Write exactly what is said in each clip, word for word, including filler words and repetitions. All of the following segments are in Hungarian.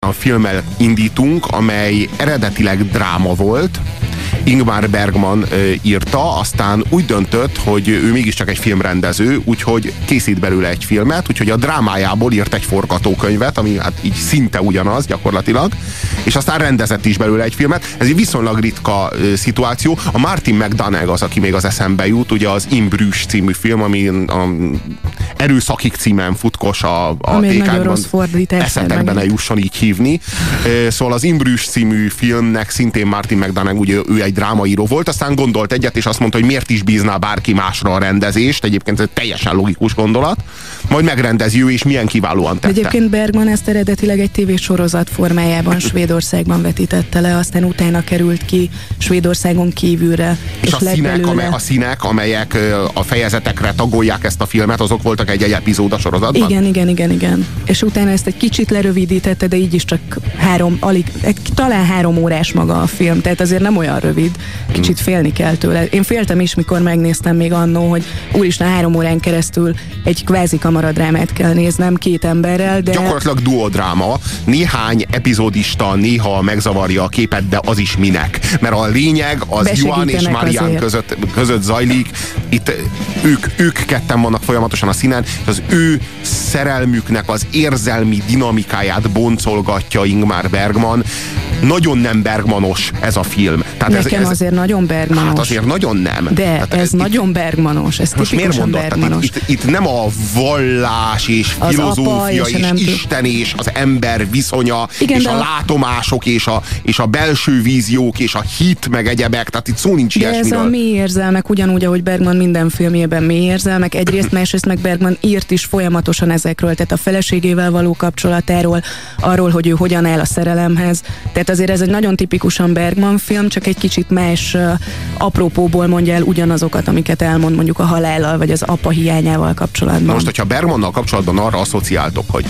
a filmmel indítunk, amely eredetileg dráma volt. Ingmar Bergman ö, írta, aztán úgy döntött, hogy ő mégiscsak egy filmrendező, úgyhogy készít belőle egy filmet, úgyhogy a drámájából írt egy forgatókönyvet, ami hát így szinte ugyanaz gyakorlatilag, és aztán rendezett is belőle egy filmet. Ez egy viszonylag ritka ö, szituáció. A Martin McDonagh az, aki még az eszembe jut, ugye az In Bruges című film, ami a Erőszakik címen futkos a, a tékákban. Eszetekben ne jusson így hívni. Ö, szóval az In Bruges című filmnek szintén Martin McDonagh, ugye ő egy drámaíró volt, aztán gondolt egyet, és azt mondta, hogy miért is bízná bárki másra a rendezést. Egyébként ez egy teljesen logikus gondolat. Majd megrendezi ő, és milyen kiválóan tette. Egyébként Bergman ezt eredetileg egy tévésorozat formájában Svédországban vetítette le, aztán utána került ki Svédországon kívülre. És, és a, színek, amely, a színek, amelyek a fejezetekre tagolják ezt a filmet, azok voltak egy-egy epizód a sorozatban? Igen, igen, igen, igen. És utána ezt egy kicsit lerövidítette, de így is csak három, alig, talán három órás maga a film, tehát azért nem olyan rövid. Kicsit félni kell tőle. Én féltem is, mikor megnéztem még annó, hogy úristen, három órán keresztül egy kvázi kamaradrámát kell néznem két emberrel, de... Gyakorlatilag duodráma. Néhány epizódista néha megzavarja a képet, de az is minek. Mert a lényeg az Johan és Marian között, között zajlik. Itt ők, ők ketten vannak folyamatosan a színen, és az ő szerelmüknek az érzelmi dinamikáját boncolgatja Ingmar Bergman. Nagyon nem Bergmanos ez a film. Tehát Nekem ez, ez, azért nagyon Bergmanos. Hát azért nagyon nem. De hát ez itt, nagyon Bergmanos. Ez most miért mondod? Bergmanos. Itt, itt, itt nem a vallás és az filozófia és, és Isten és az ember viszonya, igen, és a látomások és a, és a belső víziók és a hit meg egyebek, tehát itt szó nincs de ilyesmiről. Ez a mély érzelmek, ugyanúgy, ahogy Bergman minden filmjében mély érzelmek, egyrészt, másrészt meg Bergman írt is folyamatosan ezekről, tehát a feleségével való kapcsolatáról, arról, hogy ő hogyan áll a szerelemhez. Tehát azért ez egy nagyon tipikusan Bergman film, csak egy kicsit más uh, apropóból mondja el ugyanazokat, amiket elmond mondjuk a halállal, vagy az apa hiányával kapcsolatban. Na most, hogyha Bergmannal kapcsolatban arra asszociáltok, hogy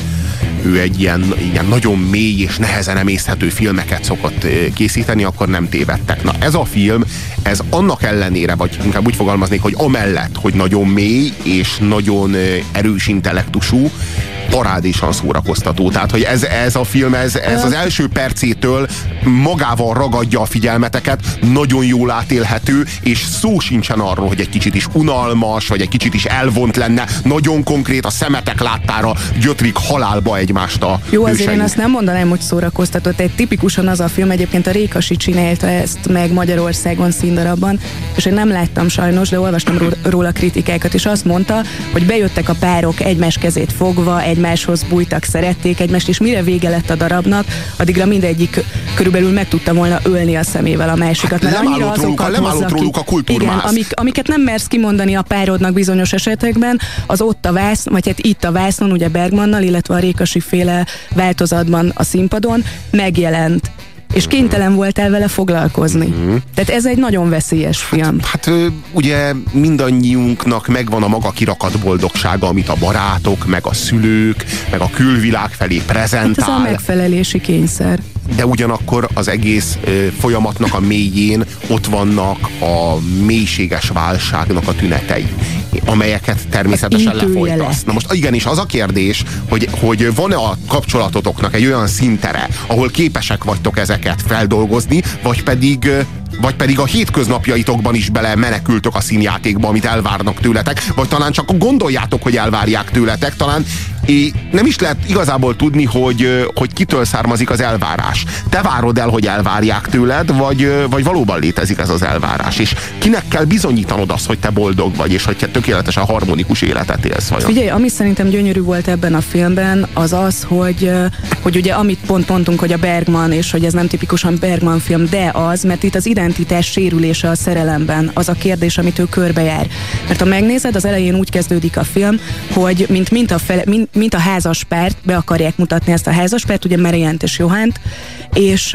ő egy ilyen, ilyen nagyon mély és nehezen emészthető filmeket szokott készíteni, akkor nem tévedtek. Na ez a film, ez annak ellenére, vagy inkább úgy fogalmaznék, hogy amellett, hogy nagyon mély és nagyon erős intellektusú, parádésan szórakoztató. Tehát, hogy ez, ez a film, ez, ez az első percétől magával ragadja a figyelmeteket, nagyon jól átélhető, és szó sincsen arról, hogy egy kicsit is unalmas, vagy egy kicsit is elvont lenne, nagyon konkrét, a szemetek láttára gyötrik halálba egymást a Jó, azért hőseink. én azt nem mondanám, hogy szórakoztató. Tehát tipikusan az a film, egyébként a Rékasi csinálta ezt meg Magyarországon színdarabban, és én nem láttam sajnos, de olvastam róla kritikákat, és azt mondta, hogy bejöttek a párok egymás kezét fogva, egymáshoz bújtak, szerették egymást, és mire vége lett a darabnak, addigra mindegyik körülbelül meg tudta volna ölni a szemével a másikat. Hát lemállott róluk, lemállott róluk a kultúrmász. Igen, amik, amiket nem mersz kimondani a párodnak bizonyos esetekben, az ott a vász, vagy hát itt a vásznon, ugye Bergmannal, illetve a Rékasi féle változatban a színpadon megjelent. És kénytelen voltál vele foglalkozni. Mm-hmm. Tehát ez egy nagyon veszélyes film. Hát, hát ugye mindannyiunknak megvan a maga kirakat boldogsága, amit a barátok, meg a szülők, meg a külvilág felé prezentál. Hát ez a megfelelési kényszer. De ugyanakkor az egész ö, folyamatnak a mélyén ott vannak a mélységes válságnak a tünetei, amelyeket természetesen lefolytasz. Na most igenis az a kérdés, hogy, hogy van-e a kapcsolatotoknak egy olyan szintere, ahol képesek vagytok ezeket feldolgozni, vagy pedig vagy pedig a hétköznapjaitokban is bele menekültök a színjátékba, amit elvárnak tőletek, vagy talán csak gondoljátok, hogy elvárják tőletek, talán é, nem is lehet igazából tudni, hogy, hogy kitől származik az elvárás. Te várod el, hogy elvárják tőled, vagy, vagy valóban létezik ez az elvárás, és kinek kell bizonyítanod azt, hogy te boldog vagy, és hogy te tökéletesen harmonikus életet élsz vajon. Figyelj, ami szerintem gyönyörű volt ebben a filmben, az az, hogy, hogy ugye amit pont mondtunk, hogy a Bergman, és hogy ez nem tipikusan Bergman film, de az, mert itt az identitás sérülése a szerelemben az a kérdés, amit ő körbejár. Mert ha megnézed, az elején úgy kezdődik a film, hogy mint, mint, a, fele, mint, mint a házaspárt, be akarják mutatni ezt a házaspárt, ugye Mariant és Johannt, és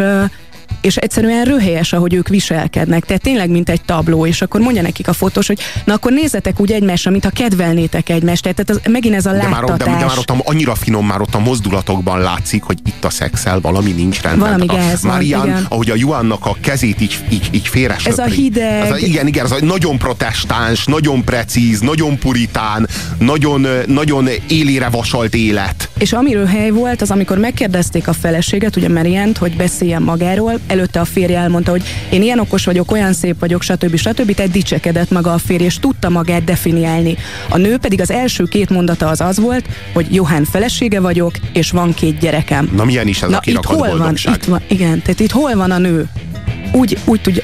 és egyszerűen röhelyes, ahogy ők viselkednek. Tehát tényleg, mint egy tabló, és akkor mondja nekik a fotós, hogy na akkor nézzetek úgy egymásra, mintha kedvelnétek egymást. Tehát ez, megint ez a de láttatás. Már, de, de már ott annyira finom, már ott a mozdulatokban látszik, hogy itt a szexel valami nincs rendben. Valami gáz van, Marian, igen. ahogy a Johannak a kezét így, így, így félre söpri. Ez a hideg. Ez a, igen, igen, ez a nagyon protestáns, nagyon precíz, nagyon puritán, nagyon, nagyon élére vasalt élet. és amiről hely volt, az amikor megkérdezték a feleséget, ugye Mariant, hogy beszéljen magáról, előtte a férje elmondta, hogy én ilyen okos vagyok, olyan szép vagyok, stb. stb. Tehát dicsekedett maga a férje, és tudta magát definiálni. A nő pedig az első két mondata az az volt, hogy Johann felesége vagyok, és van két gyerekem. Na milyen is ez Na, a kirakat hol boldogság? Van, itt van, igen, tehát itt hol van a nő? Úgy, úgy tudja...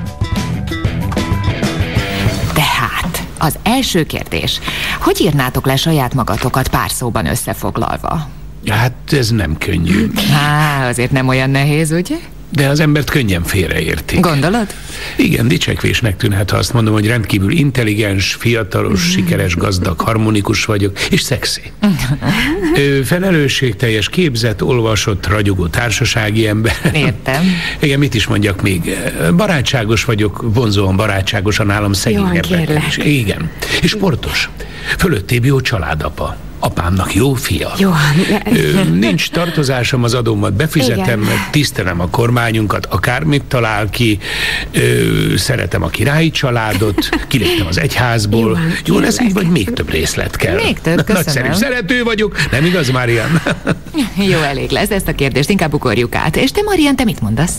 Tehát, az első kérdés. Hogy írnátok le saját magatokat pár szóban összefoglalva? Hát ez nem könnyű. Há, azért nem olyan nehéz, ugye? De az embert könnyen félreértik. Gondolod? Igen, dicsekvésnek tűnhet, ha azt mondom, hogy rendkívül intelligens, fiatalos, sikeres, gazdag, harmonikus vagyok, és szexi. Ö, felelősségteljes, képzett, olvasott, ragyogó társasági ember. Értem. Igen, mit is mondjak még? Barátságos vagyok, vonzóan barátságos a nálam szegényebbek is. Igen. És sportos. Fölöttébb jó családapa. Apámnak jó fia. Johann. Ö, nincs tartozásom, az adómat befizetem, meg tisztelem a kormányunkat, akármit talál ki, ö, szeretem a királyi családot, kiléptem az egyházból. Johann, Jó lesz így, kérlek. vagy még több részlet kell? Még több, köszönöm. Nagyszerű, szerető vagyok, nem igaz, Marian? Jó, elég lesz, ezt a kérdést inkább ugorjuk át. És te, Marian, te mit mondasz?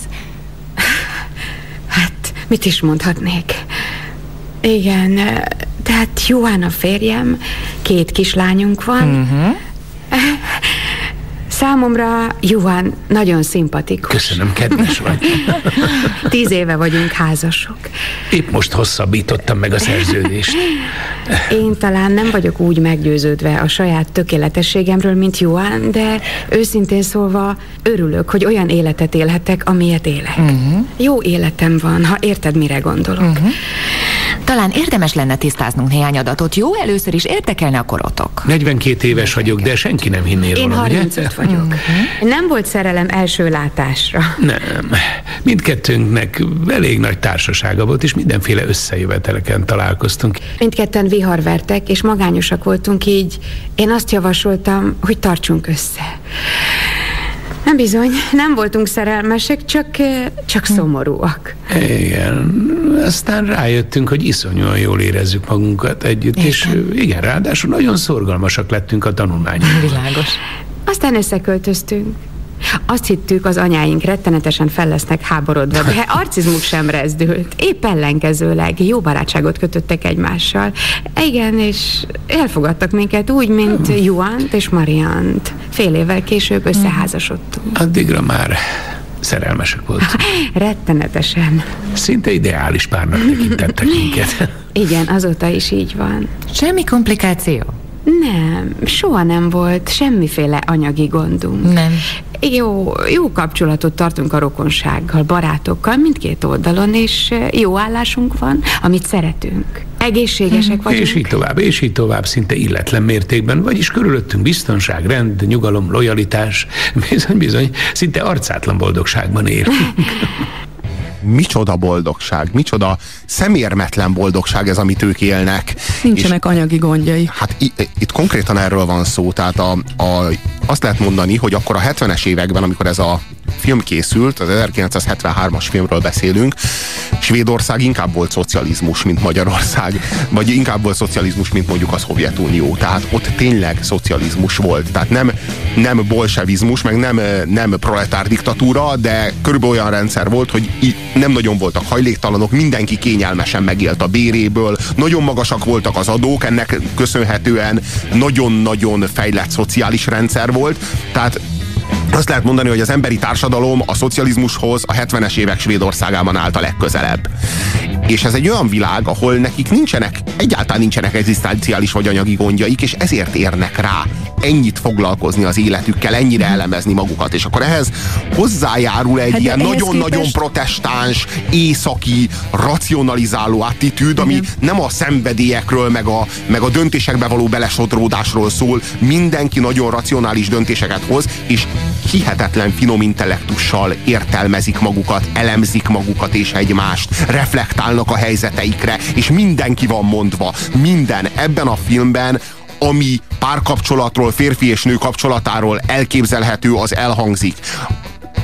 Hát, mit is mondhatnék? Igen, tehát Johann a férjem, két kislányunk van. Uh-huh. Számomra Johann nagyon szimpatikus. Köszönöm, kedves vagy. Tíz éve vagyunk házasok. Épp most hosszabbítottam meg a szerződést. Én talán nem vagyok úgy meggyőződve a saját tökéletességemről, mint Johann, de őszintén szólva örülök, hogy olyan életet élhetek, amilyet élek. Uh-huh. Jó életem van, ha érted, mire gondolok. Uh-huh. Talán érdemes lenne tisztáznunk néhány adatot, jó? Először is érdekelne a korotok. negyvenkét éves vagyok, de senki nem hinné Én rólam, harmincöt ugye? vagyok. Uh-huh. Nem volt szerelem első látásra. Nem. Mindkettőnknek elég nagy társasága volt, és mindenféle összejöveteleken találkoztunk. Mindketten viharvertek, és magányosak voltunk, így én azt javasoltam, hogy tartsunk össze. Nem bizony, nem voltunk szerelmesek, csak, csak szomorúak. Igen. Aztán rájöttünk, hogy iszonyúan jól érezzük magunkat együtt, Értem. és igen, ráadásul nagyon szorgalmasak lettünk a tanulmányunkban. Világos. Aztán összeköltöztünk. Azt hittük, az anyáink rettenetesen fel lesznek háborodva, de arcizmuk sem rezdült. Épp ellenkezőleg jó barátságot kötöttek egymással. Igen, és elfogadtak minket úgy, mint Johannt és Mariant. Fél évvel később összeházasodtunk. Addigra már szerelmesek voltunk. Rettenetesen. Szinte ideális párnak tekintettek minket. Igen, azóta is így van. Semmi komplikáció? Nem, soha nem volt semmiféle anyagi gondunk. Nem. Jó, jó kapcsolatot tartunk a rokonsággal, barátokkal, mindkét oldalon, és jó állásunk van, amit szeretünk. Egészségesek vagyunk. És így tovább, és így tovább, szinte illetlen mértékben, vagyis körülöttünk biztonság, rend, nyugalom, lojalitás, bizony, bizony, szinte arcátlan boldogságban élünk. Micsoda boldogság, micsoda szemérmetlen boldogság ez, amit ők élnek. Nincsenek és, anyagi gondjai. Hát itt, itt konkrétan erről van szó, tehát a, a, azt lehet mondani, hogy akkor a hetvenes években, amikor ez a film készült, az ezerkilencszázhetvenhármas filmről beszélünk, Svédország inkább volt szocializmus, mint Magyarország, vagy inkább volt szocializmus, mint mondjuk a Szovjetunió. Tehát ott tényleg szocializmus volt. Tehát nem, nem bolsevizmus, meg nem, nem proletár diktatúra, de körülbelül olyan rendszer volt, hogy nem nagyon voltak hajléktalanok, mindenki kényelmesen megélt a béréből, nagyon magasak voltak az adók, ennek köszönhetően nagyon-nagyon fejlett szociális rendszer volt. Tehát azt lehet mondani, hogy az emberi társadalom a szocializmushoz a hetvenes évek Svédországában állt a legközelebb. És ez egy olyan világ, ahol nekik nincsenek, egyáltalán nincsenek egzisztenciális vagy anyagi gondjaik, és ezért érnek rá ennyit foglalkozni az életükkel, ennyire elemezni magukat. És akkor ehhez hozzájárul egy hát ilyen nagyon-nagyon képest... protestáns, északi, racionalizáló attitűd, ami igen. nem a szenvedélyekről, meg a, meg a döntésekbe való belesodródásról szól. Mindenki nagyon racionális döntéseket hoz, és hihetetlen finom intellektussal értelmezik magukat, elemzik magukat és egymást, reflektálnak a helyzeteikre, és mindenki van mondva. Minden ebben a filmben, ami párkapcsolatról, férfi és nő kapcsolatáról elképzelhető, az elhangzik.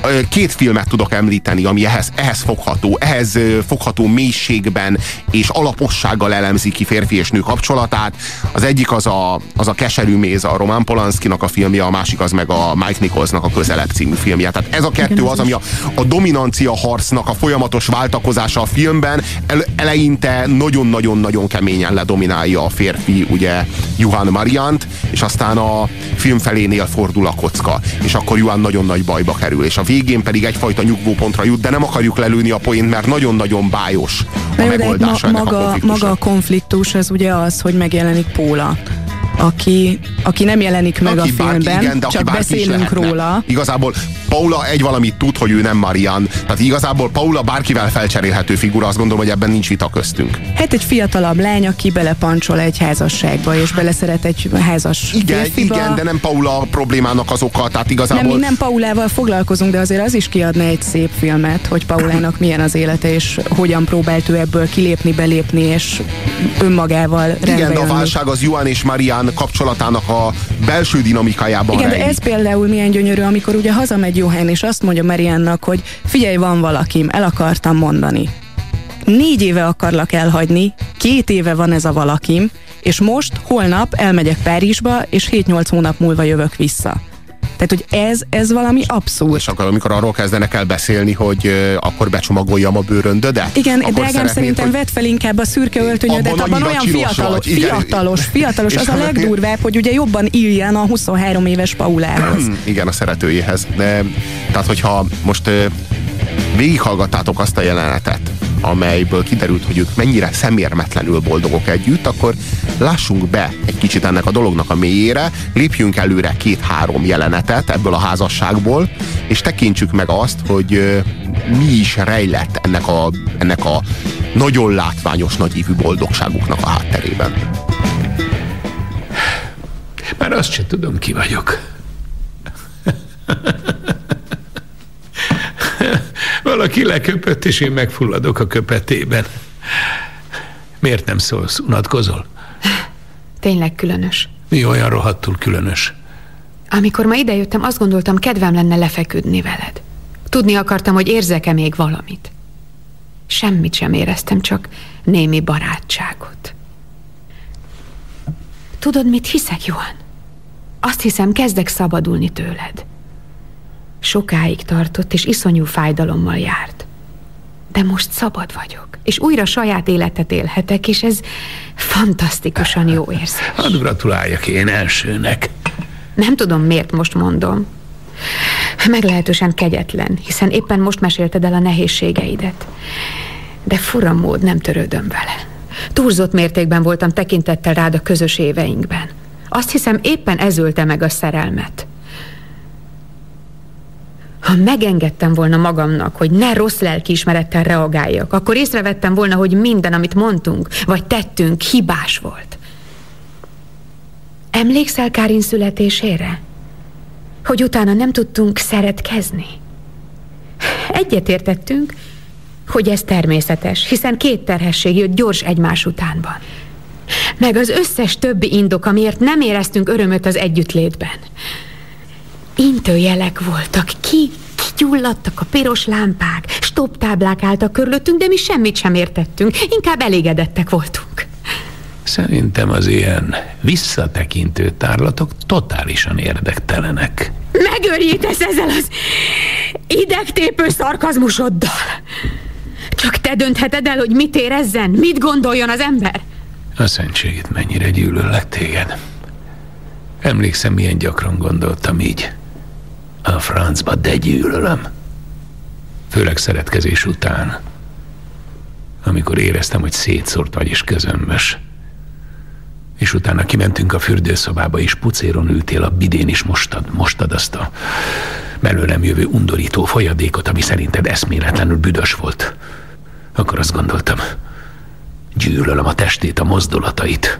két filmet tudok említeni, ami ehhez, ehhez fogható, ehhez fogható mélységben és alapossággal elemzi ki férfi és nő kapcsolatát. Az egyik az a, az a Keserű méz, a Roman Polanskinak a filmje, a másik az meg a Mike Nicholsnak a Közelebb című filmje. Tehát ez a kettő az, ami a, a dominancia harcnak a folyamatos váltakozása a filmben el, eleinte nagyon-nagyon-nagyon keményen ledominálja a férfi, ugye, Juhan Mariant, és aztán a film felénél fordul a kocka, és akkor Juhan nagyon nagy bajba kerül, és a végén pedig egyfajta nyugvópontra jut, de nem akarjuk lelőni a poént, mert nagyon-nagyon bájos a megoldása ma, ennek maga, a konfliktusnak. maga a konfliktus az ugye az, hogy megjelenik Póla, aki, aki nem jelenik meg aki a filmben, bárki, igen, csak beszélünk róla. Igazából Paula egy valamit tud, hogy ő nem Marian. Tehát igazából Paula bárkivel felcserélhető figura, azt gondolom, hogy ebben nincs vita köztünk. Hát egy fiatalabb lány, aki belepancsol egy házasságba, és beleszeret egy házas igen, férfiba. Igen, de nem Paula problémának az oka, tehát igazából... Nem, mi nem Paulával foglalkozunk, de azért az is kiadna egy szép filmet, hogy Paulának milyen az élete, és hogyan próbált ő ebből kilépni, belépni, és önmagával rendbe igen, de a jönni. válság az Juhan és Marian kapcsolatának a belső dinamikájában igen, rejlik. de ez például milyen gyönyörű, amikor ugye hazamegy Johann, és azt mondja Mariannak, hogy figyelj, van valakim, el akartam mondani. Négy éve akarlak elhagyni, két éve van ez a valakim, és most, holnap elmegyek Párizsba, és hét-nyolc hónap múlva jövök vissza. Tehát, hogy ez, ez valami abszurd. És akkor, amikor arról kezdenek el beszélni, hogy uh, akkor becsomagoljam a bőröndödet. Igen, drágám, szerintem hogy... vedd fel inkább a szürke öltönyödet, abban, abban olyan fiatalos, fiatalos, fiatalos, az a legdurvább, hogy ugye jobban illjen a huszonhárom éves Paulához. Igen, a szeretőjéhez. De, tehát, hogyha most uh, végighallgattátok azt a jelenetet, amelyből kiderült, hogy ők mennyire szemérmetlenül boldogok együtt, akkor lássunk be egy kicsit ennek a dolognak a mélyére, lépjünk előre két-három jelenetet ebből a házasságból, és tekintsük meg azt, hogy mi is rejlett ennek a, ennek a nagyon látványos, nagyívű boldogságuknak a hátterében. Már azt sem tudom, ki vagyok. Valaki leköpött, és én megfulladok a köpetében. Miért nem szólsz? Unatkozol? Tényleg különös. Mi olyan rohadtul különös? Amikor ma idejöttem, azt gondoltam, kedvem lenne lefeküdni veled. Tudni akartam, hogy érzek-e még valamit. Semmit sem éreztem, csak némi barátságot. Tudod, mit hiszek, Johann? Azt hiszem, kezdek szabadulni tőled. Sokáig tartott, és iszonyú fájdalommal járt. De most szabad vagyok, és újra saját életet élhetek, és ez fantasztikusan jó érzés. Hadd gratuláljak én elsőnek. Nem tudom, miért most mondom. Meglehetősen kegyetlen, hiszen éppen most mesélted el a nehézségeidet. De fura mód, nem törődöm vele. Túlzott mértékben voltam tekintettel rád a közös éveinkben. Azt hiszem, éppen ez ölte meg a szerelmet. Ha megengedtem volna magamnak, hogy ne rossz lelkiismerettel reagáljak, akkor észrevettem volna, hogy minden, amit mondtunk, vagy tettünk, hibás volt. Emlékszel Karin születésére? Hogy utána nem tudtunk szeretkezni? Egyetértettünk, hogy ez természetes, hiszen két terhesség jött gyors egymás utánban. Meg az összes többi indok, amiért nem éreztünk örömöt az együttlétben. Intőjelek voltak, ki, kigyulladtak a piros lámpák, stop táblák álltak körülöttünk, de mi semmit sem értettünk, inkább elégedettek voltunk. Szerintem az ilyen visszatekintő tárlatok totálisan érdektelenek. Megőrjítesz ezzel az idegtépő szarkazmusoddal. Csak te döntheted el, hogy mit érezzen, mit gondoljon az ember. A szentségét mennyire gyűlöllek téged. Emlékszem, milyen gyakran gondoltam így. A francba, de gyűlölöm. Főleg szeretkezés után. Amikor éreztem, hogy szétszórt vagy és közömbös. És utána kimentünk a fürdőszobába, és pucéron ültél a bidén, és mostad, mostad azt a belőlem jövő undorító folyadékot, ami szerinted eszméletlenül büdös volt. Akkor azt gondoltam, gyűlölöm a testét, a mozdulatait.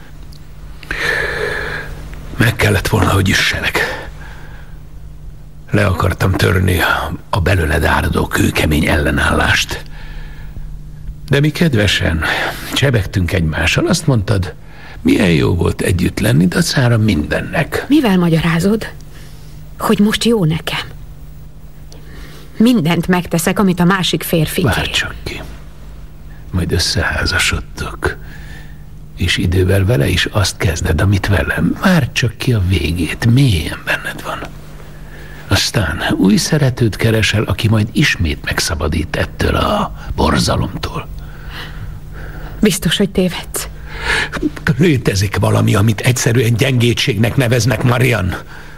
Meg kellett volna, hogy üssenek. Le akartam törni a belőled áradó kőkemény ellenállást. De mi kedvesen csebegtünk egymással, azt mondtad, milyen jó volt együtt lenni, dacára mindennek. Mivel magyarázod, hogy most jó nekem? Mindent megteszek, amit a másik férfi kér. Várj csak ki. Majd összeházasodtok. És idővel vele is azt kezded, amit velem. Várj csak ki a végét. Mélyen benned van. Aztán új szeretőt keresel, aki majd ismét megszabadít ettől a borzalomtól. Biztos, hogy tévedsz. Létezik valami, amit egyszerűen gyengétségnek neveznek, Marian.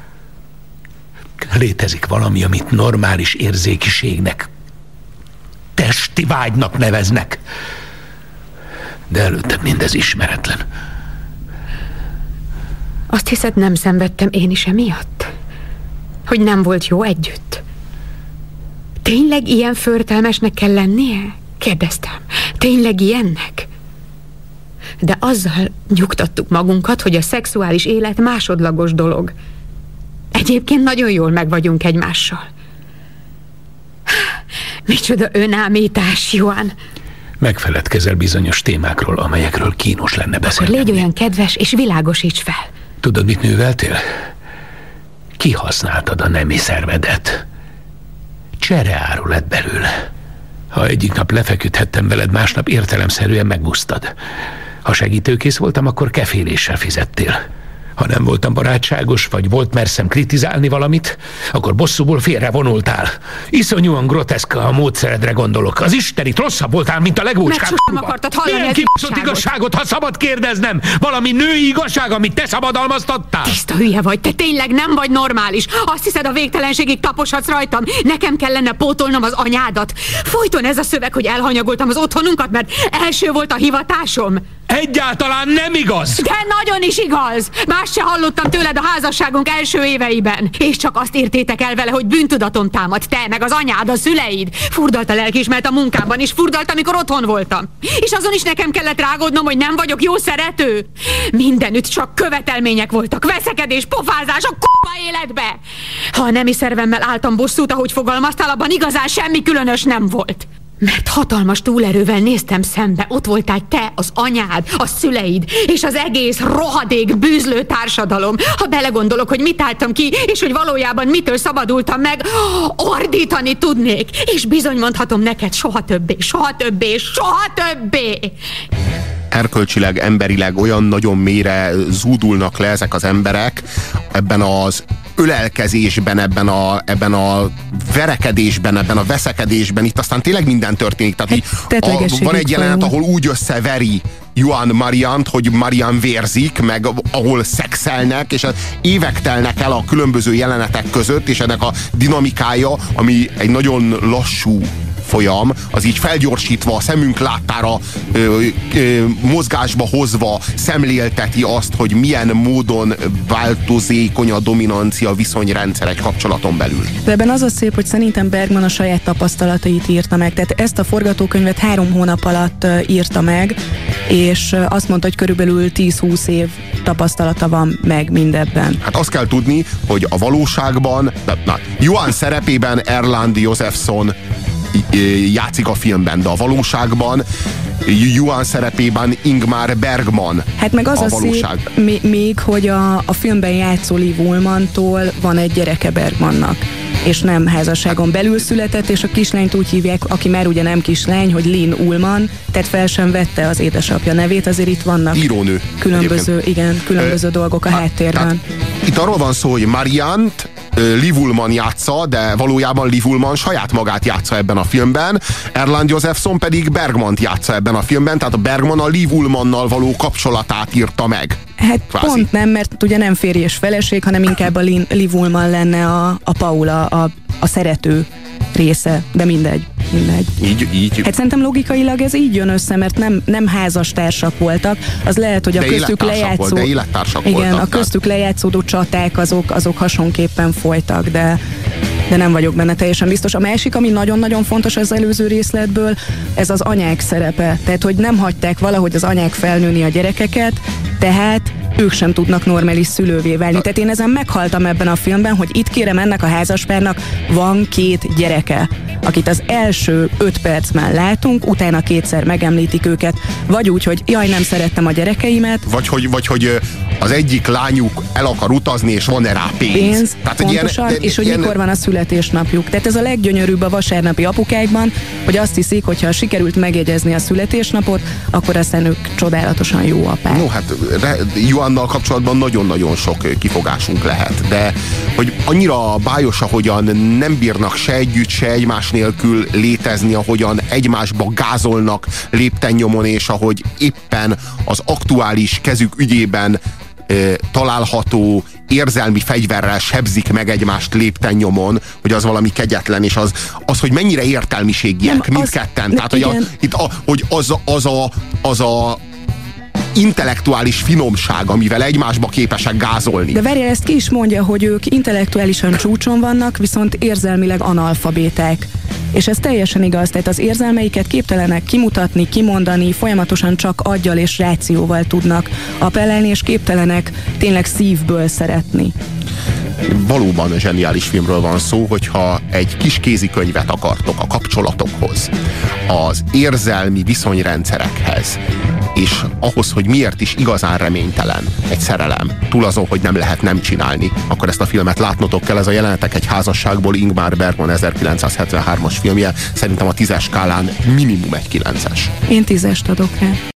Létezik valami, amit normális érzékiségnek, testi vágynak neveznek. De előtted mindez ismeretlen. Azt hiszed, nem szenvedtem én is emiatt? Hogy nem volt jó együtt? Tényleg ilyen förtelmesnek kell lennie? Kérdeztem. Tényleg ilyennek? De azzal nyugtattuk magunkat, hogy a szexuális élet másodlagos dolog. Egyébként nagyon jól meg vagyunk egymással. Micsoda önámítás, Johan. Megfeledkezel bizonyos témákról, amelyekről kínos lenne beszélni. Akkor légy olyan kedves, és világosíts fel. Tudod, mit műveltél? Kihasználtad a nemi szervedet. Csereáru lett belőle. Ha egyik nap lefeküdhettem veled, másnap értelemszerűen megbusztad. Ha segítőkész voltam, akkor keféléssel fizettél. Ha nem voltam barátságos, vagy volt merszem kritizálni valamit, akkor bosszúból félre vonultál. Iszonyúan groteszk a módszeredre gondolok. Az istenit rosszabb voltál, mint a legócskább. Meg sosem akartad hallani. Milyen kibaszott igazságot, ha szabad kérdeznem? Valami női igazság, amit te szabadalmaztattál? Tiszta hülye vagy, te tényleg nem vagy normális. Azt hiszed, a végtelenségig taposhatsz rajtam? Nekem kellene pótolnom az anyádat. Folyton ez a szöveg, hogy elhanyagoltam az otthonunkat, mert első volt a hivatásom. Egyáltalán nem igaz! De nagyon is igaz! Más se hallottam tőled a házasságunk első éveiben. És csak azt értétek el vele, hogy bűntudatom támad. Te, meg az anyád, a szüleid. Furdalt a lelkiismeret a munkámban, és furdalt, amikor otthon voltam. És azon is nekem kellett rágódnom, hogy nem vagyok jó szerető. Mindenütt csak követelmények voltak. Veszekedés, pofázás a k***a életbe. Ha a nemi szervemmel álltam bosszút, ahogy fogalmaztál, abban igazán semmi különös nem volt. Mert hatalmas túlerővel néztem szembe. Ott voltál te, az anyád, a szüleid, és az egész rohadék bűzlő társadalom. Ha belegondolok, hogy mit álltam ki, és hogy valójában mitől szabadultam meg, ordítani tudnék. És bizony mondhatom neked, soha többé, soha többé, soha többé. Erkölcsileg, emberileg olyan nagyon mélyre zúdulnak le ezek az emberek ebben az ölelkezésben, ebben a, ebben a verekedésben, ebben a veszekedésben, itt aztán tényleg minden történik. Tehát így a, van egy jelenet, ahol úgy összeveri Johan Mariant, hogy Marian vérzik, meg ahol szexelnek, és évek telnek el a különböző jelenetek között, és ennek a dinamikája, ami egy nagyon lassú folyam, az így felgyorsítva, a szemünk láttára ö, ö, mozgásba hozva szemlélteti azt, hogy milyen módon változékony a dominancia viszonyrendszer egy kapcsolaton belül. De ebben az a szép, hogy szerintem Bergman a saját tapasztalatait írta meg. Tehát ezt a forgatókönyvet három hónap alatt írta meg, és azt mondta, hogy körülbelül tíz-húsz év tapasztalata van meg mindebben. Hát azt kell tudni, hogy a valóságban, na, Johan szerepében Erland Josephson játszik a filmben, de a valóságban Johan szerepében Ingmar Bergman. Hát meg az a, a szép még, hogy a, a filmben játszó Liv Ullmanntól van egy gyereke Bergmannak, és nem házasságon belül született, és a kislányt úgy hívják, aki már ugye nem kislány, hogy Lynn Ullman, tehát fel sem vette az édesapja nevét, azért itt vannak írónő. Különböző, egyébként. igen, különböző Ö, dolgok a háttérben. Itt arról van szó, hogy Mariant Liv Ullman játsza, de valójában Liv Ullman saját magát játsza ebben a filmben, Erland Josephson pedig Bergmant játsza ebben a filmben, tehát a Bergman a Liv Ullmannal való kapcsolatát írta meg. Hát kvázi. Pont nem, mert ugye nem férj és feleség, hanem inkább a Liv Ullman lenne a, a Paula, a, a szerető része, de mindegy. mindegy. Így, így. Hát szerintem logikailag ez így jön össze, mert nem, nem házastársak voltak, az lehet, hogy a de köztük lejátszó... Volt, de élettársak igen, voltak. a köztük tehát... lejátszódó csaták, azok, azok hasonképpen folytak, de, de nem vagyok benne teljesen biztos. A másik, ami nagyon-nagyon fontos az előző részletből, ez az anyák szerepe. Tehát, hogy nem hagyták valahogy az anyák felnőni a gyerekeket, tehát ők sem tudnak normális szülővé válni. Tehát én ezen meghaltam ebben a filmben, hogy itt kérem ennek a házaspárnak van két gyereke. akit az első öt percben látunk, utána kétszer megemlítik őket, vagy úgy, hogy jaj, nem szerettem a gyerekeimet. Vagy hogy, vagy hogy az egyik lányuk el akar utazni, és van-e rá pénz. Pénz, Tehát, pontosan, ilyen, és hogy ilyen... mikor van a születésnapjuk. Tehát ez a leggyönyörűbb a vasárnapi apukákban, hogy azt hiszik, hogyha sikerült megjegyezni a születésnapot, akkor aztán ők csodálatosan jó apák. No, hát Joannal kapcsolatban nagyon-nagyon sok kifogásunk lehet, de hogy annyira bájos, ahogyan nem bírnak se együtt, se egymás nélkül létezni, ahogyan egymásba gázolnak léptennyomon, és ahogy éppen az aktuális kezük ügyében e, található érzelmi fegyverrel sebzik meg egymást léptennyomon, hogy az valami kegyetlen, és az, az hogy mennyire értelmiségiek nem, mindketten. Tehát, hogy, a, itt a, hogy az, az a, az a intellektuális finomság, amivel egymásba képesek gázolni. De várjál, ezt ki is mondja, hogy ők intellektuálisan csúcson vannak, viszont érzelmileg analfabéták. És ez teljesen igaz, tehát az érzelmeiket képtelenek kimutatni, kimondani, folyamatosan csak aggyal és rációval tudnak appellelni, és képtelenek tényleg szívből szeretni. Valóban zseniális filmről van szó, hogyha egy kis kézikönyvet akartok a kapcsolatokhoz, az érzelmi viszonyrendszerekhez, és ahhoz, hogy miért is igazán reménytelen egy szerelem, túl azon, hogy nem lehet nem csinálni, akkor ezt a filmet látnotok kell. Ez a Jelenetek egy házasságból, Ingmar Bergman ezerkilencszázhetvenhármas filmje, szerintem a tízes skálán minimum egy kilences. Én tízest adok rá.